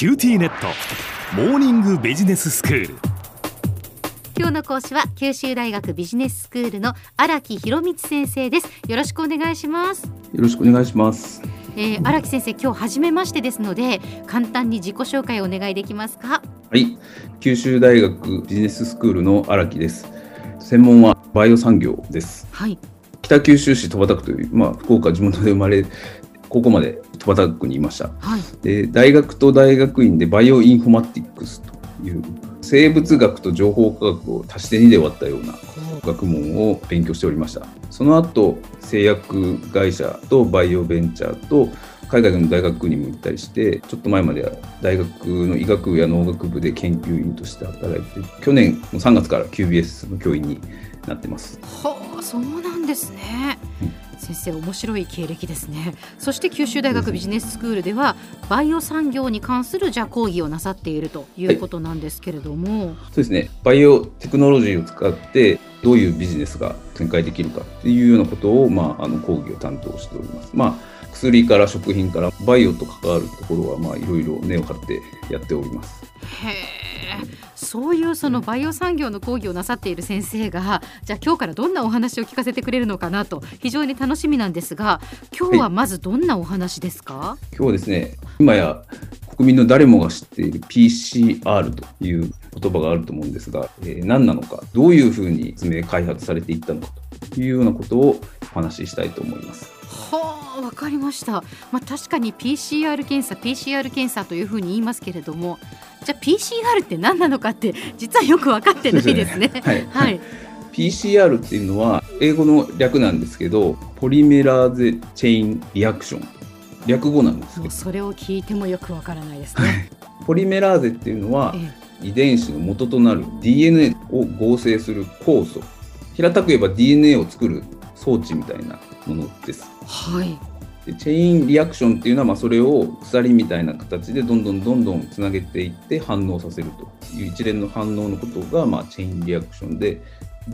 キューティーネットモーニングビジネススクール。 今日の講師は九州大学ビジネススクールの荒木博光先生です。よろしくお願いします。 よろしくお願いします。 荒木先生、今日初めましてですので簡単に自己紹介をお願いできますか？ はい、九州大学ビジネススクールの荒木です。専門はバイオ産業です。 はい、 北九州市戸畑区という、福岡地元で生まれ高校まで戸畑区にいました。 はい、 で大学と大学院でバイオインフォマティクスという生物学と情報科学を足して2で割ったような学問を勉強しておりました。その後製薬会社とバイオベンチャーと海外の大学にも行ったりして、ちょっと前までは大学の医学部や農学部で研究員として働いて、去年の3月から QBS の教員になってます。 はあ、そうなんですね。先生、面白い経歴ですね。そして九州大学ビジネススクールではバイオ産業に関する講義をなさっているということなんですけれども、 はい、そうですね。バイオテクノロジーを使ってどういうビジネスが展開できるかっていうようなことを、講義を担当しております。薬から食品からバイオと関わるところはいろいろ根を張ってやっております。 へー、そういうそのバイオ産業の講義をなさっている先生が、じゃあ今日からどんなお話を聞かせてくれるのかなと非常に楽しみなんですが、今日はまずどんなお話ですか？ はい、今日はですね、今や国民の誰もが知っている PCR という言葉があると思うんですが、何なのか、どういうふうに発明開発されていったのかというようなことをお話ししたいと思います。 はあ、わかりました。確かに PCR 検査というふうに言いますけれども、じゃあ PCR って何なのかって実はよく分かってないですね。はい、 PCR っていうのは英語の略なんですけど、ポリメラーゼチェインリアクション、略語なんですけど、 それを聞いてもよくわからないですね。 ポリメラーゼっていうのは、遺伝子の元となる DNA を合成する酵素、平たく言えば DNA を作る装置みたいなものです。 はい。 でチェインリアクションっていうのは、それを鎖みたいな形でどんどんつなげていって反応させるという一連の反応のことが、チェインリアクションで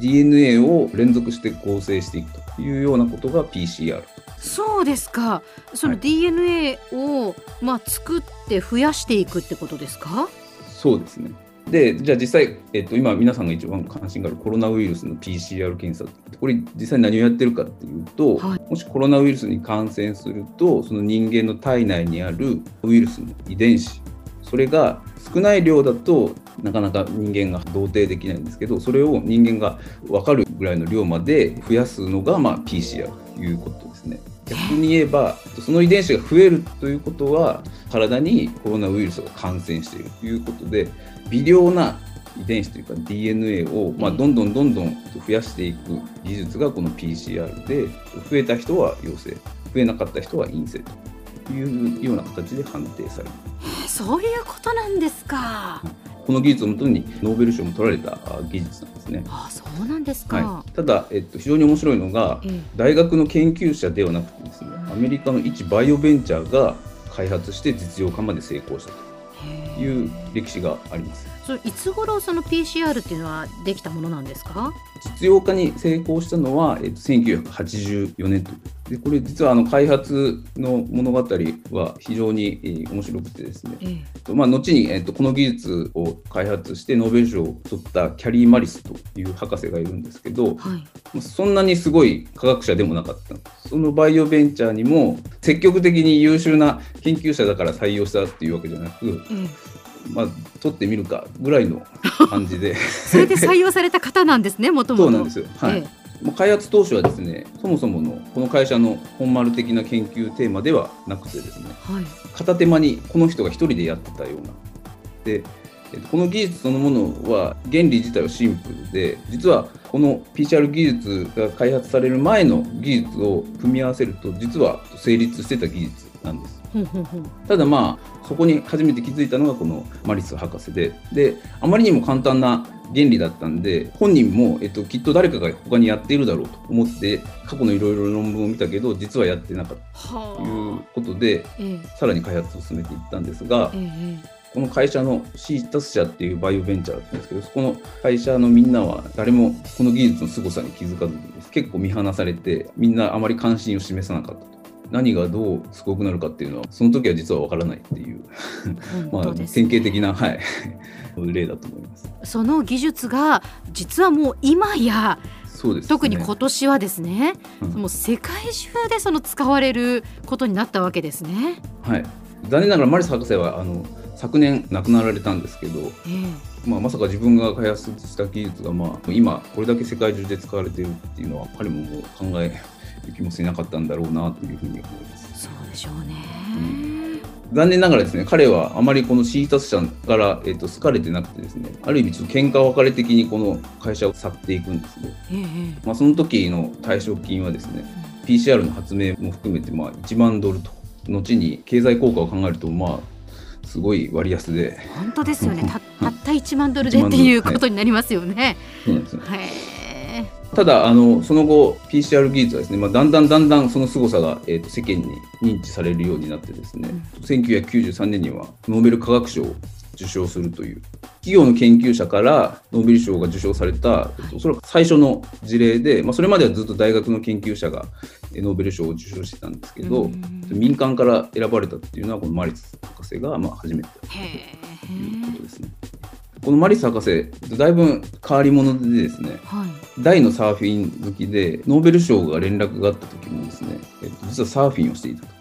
DNA を連続して合成していくというようなことが PCR。 そうですか。その DNA を、作って増やしていくってことですか？ そうですね。でじゃあ実際、今皆さんが一番関心があるコロナウイルスの PCR 検査、これ実際何をやってるかっていうと、もしコロナウイルスに感染すると、その人間の体内にあるウイルスの遺伝子、それが少ない量だとなかなか人間が同定できないんですけど、それを人間が分かるぐらいの量まで増やすのが、PCR ということですね。逆に言えば、その遺伝子が増えるということは体にコロナウイルスが感染しているということで、微量な遺伝子というか DNA をどんどん増やしていく技術がこの PCR で、増えた人は陽性、増えなかった人は陰性というような形で判定される。 そういうことなんですか。 この技術をもとにノーベル賞も取られた技術なんですね。 そうなんですか。 ただ、非常に面白いのが、大学の研究者ではなくてですね、アメリカの一バイオベンチャーが開発して実用化まで成功したという歴史があります。 いつ頃その PCR っていうのはできたものなんですか？ 実用化に成功したのは、1984年と。でこれ実は開発の物語は非常に面白くてですね、後に、この技術を開発してノーベル賞を取ったキャリー・マリスという博士がいるんですけど、そんなにすごい科学者でもなかった。そのバイオベンチャーにも積極的に優秀な研究者だから採用したっていうわけじゃなく、取ってみるかぐらいの感じでそれで採用された方なんですね、もともと。 そうなんですよ。開発当初はですね、そもそものこの会社の本丸的な研究テーマではなくてですね、片手間にこの人が一人でやってたような。でこの技術そのものは原理自体はシンプルで、実はこの PCR 技術が開発される前の技術を組み合わせると実は成立してた技術なんです。ただそこに初めて気づいたのがこのマリス博士で、あまりにも簡単な原理だったんで、本人も、きっと誰かが他にやっているだろうと思って過去のいろいろ論文を見たけど実はやってなかったということで、さらに開発を進めていったんですが、この会社のシータス社っていうバイオベンチャーだったんですけど、そこの会社のみんなは誰もこの技術の凄さに気づかずに結構見放されて、みんなあまり関心を示さなかったと何がどうすごくなるかっていうのはその時は実は分からないっていうまあ典型的な、はい、例だと思います。 その技術が実はもう今やそうですね、 特に今年はですね、もう世界中でその使われることになったわけですね。 はい、残念ながらマリス博士は昨年亡くなられたんですけど、まさか自分が開発した技術が、今これだけ世界中で使われているっていうのは彼ももう考える気もしなかったんだろうなというふうに思います。 そうでしょうね、 残念ながらですね、彼はあまりこの C タス社から、好かれてなくてですね、ある意味ちょっと喧嘩別れ的にこの会社を去っていくんですね。その時の退職金はですね、PCR の発明も含めて1万ドルと、後に経済効果を考えるとすごい割安で、 本当ですよね。たった1万ドルでっていうことになりますよね。 そうなんですね。ただその後 PCR 技術はですね、だんだんその凄さが、世間に認知されるようになってですね、1993年にはノーベル化学賞を受賞するという企業の研究者からノーベル賞が受賞された、それは最初の事例で、それまではずっと大学の研究者がノーベル賞を受賞してたんですけど、民間から選ばれたっていうのはこのマリス博士が初めてだということですね。このマリス博士だいぶ変わり者でですね、大のサーフィン好きでノーベル賞が連絡があった時もですね、実はサーフィンをしていたと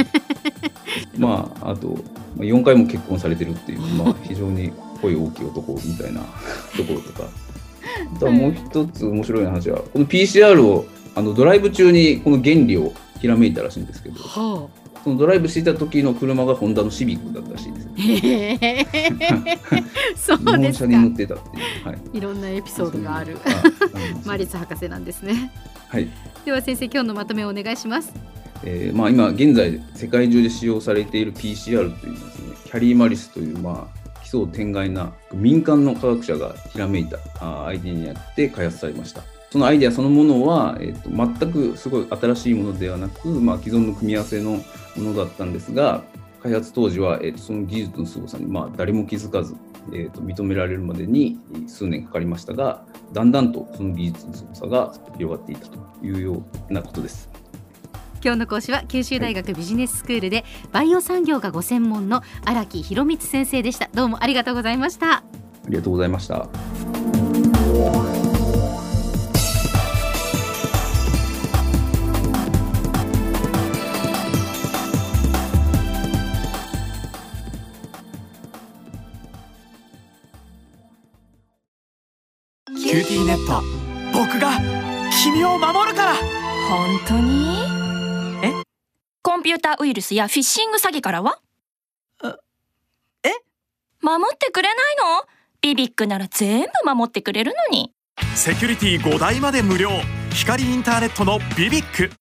あと4回も結婚されてるっていう、非常に声大きい男みたいなところとか、あとはもう一つ面白い話はこの PCR をドライブ中にこの原理をひらめいたらしいんですけど、そのドライブしていた時の車がホンダのシビックだったらしいですね。 そうですか。 日本車に乗ってたっていう、 いろんなエピソードがあるマリス博士なんですね。では先生、今日のまとめをお願いします。 今現在世界中で使用されている PCR というですね、キャリー・マリスという奇想天外な民間の科学者がひらめいたアイデアによって開発されました。そのアイデアそのものは、全くすごい新しいものではなく、既存の組み合わせのものだったんですが、開発当時は、その技術の凄さに、誰も気づかず、認められるまでに数年かかりましたが、だんだんとその技術の凄さが広がっていったというようなことです。 今日の講師は九州大学ビジネススクールでバイオ産業がご専門の荒木博光先生でした。どうもありがとうございました。 ありがとうございました。 キューティーネット、僕が君を守るから。 本当に？コンピューターウイルスやフィッシング詐欺からは？守ってくれないの？ビビックなら全部守ってくれるのに。 セキュリティ5台まで無料。光インターネットのビビック。